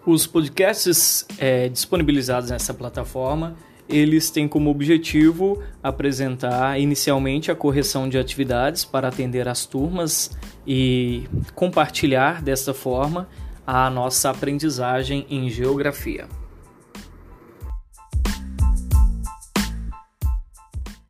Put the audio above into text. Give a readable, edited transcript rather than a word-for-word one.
Os podcasts disponibilizados nessa plataforma, eles têm como objetivo apresentar inicialmente a correção de atividades para atender às turmas e compartilhar desta forma a nossa aprendizagem em geografia.